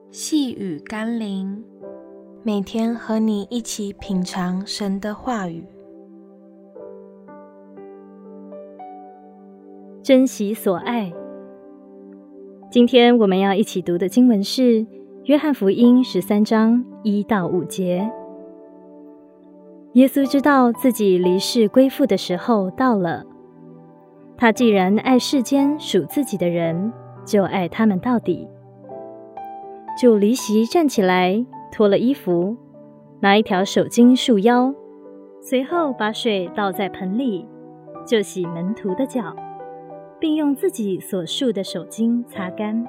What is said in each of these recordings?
细雨甘霖，每天和你一起品尝神的话语。 珍惜所爱。今天我们要一起读的经文是约翰福音13章1到5节。耶稣知道自己离世归父的时候到了，他既然爱世间属自己的人，就爱他们到底。就离席站起来，脱了衣服，拿一条手巾束腰，随后把水倒在盆里，就洗门徒的脚，并用自己所束的手巾擦干。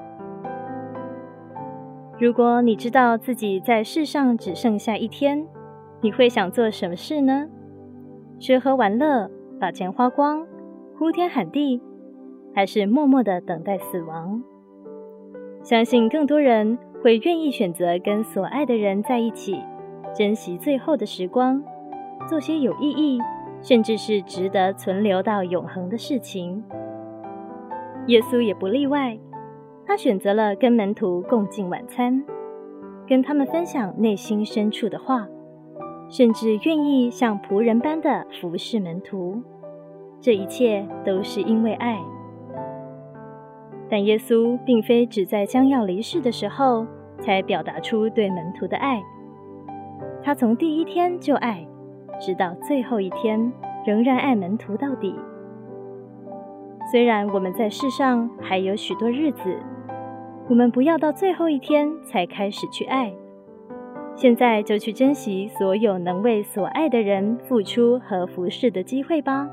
如果你知道自己在世上只剩下一天，你会想做什么事呢？吃喝玩乐，把钱花光，呼天喊地，还是默默地等待死亡？相信更多人会愿意选择跟所爱的人在一起，珍惜最后的时光，做些有意义，甚至是值得存留到永恒的事情。耶稣也不例外，他选择了跟门徒共进晚餐，跟他们分享内心深处的话，甚至愿意像仆人般的服侍门徒。这一切都是因为爱。但耶稣并非只在将要离世的时候才表达出对门徒的爱，他从第一天就爱，直到最后一天仍然爱门徒到底。虽然我们在世上还有许多日子，我们不要到最后一天才开始去爱，现在就去珍惜所有能为所爱的人付出和服侍的机会吧。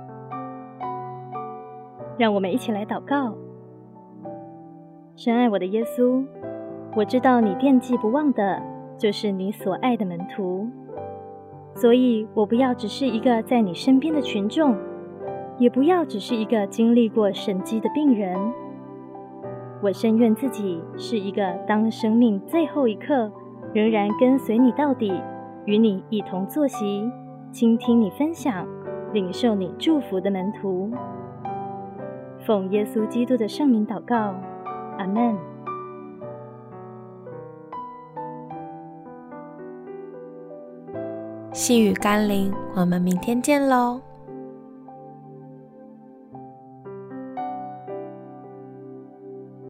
让我们一起来祷告。深爱我的耶稣，我知道你惦记不忘的就是你所爱的门徒，所以我不要只是一个在你身边的群众，也不要只是一个经历过神迹的病人。我深愿自己是一个当生命最后一刻仍然跟随你到底，与你一同坐席，倾听你分享，领受你祝福的门徒。奉耶稣基督的圣名祷告，阿们。 细雨甘霖，我们明天见喽。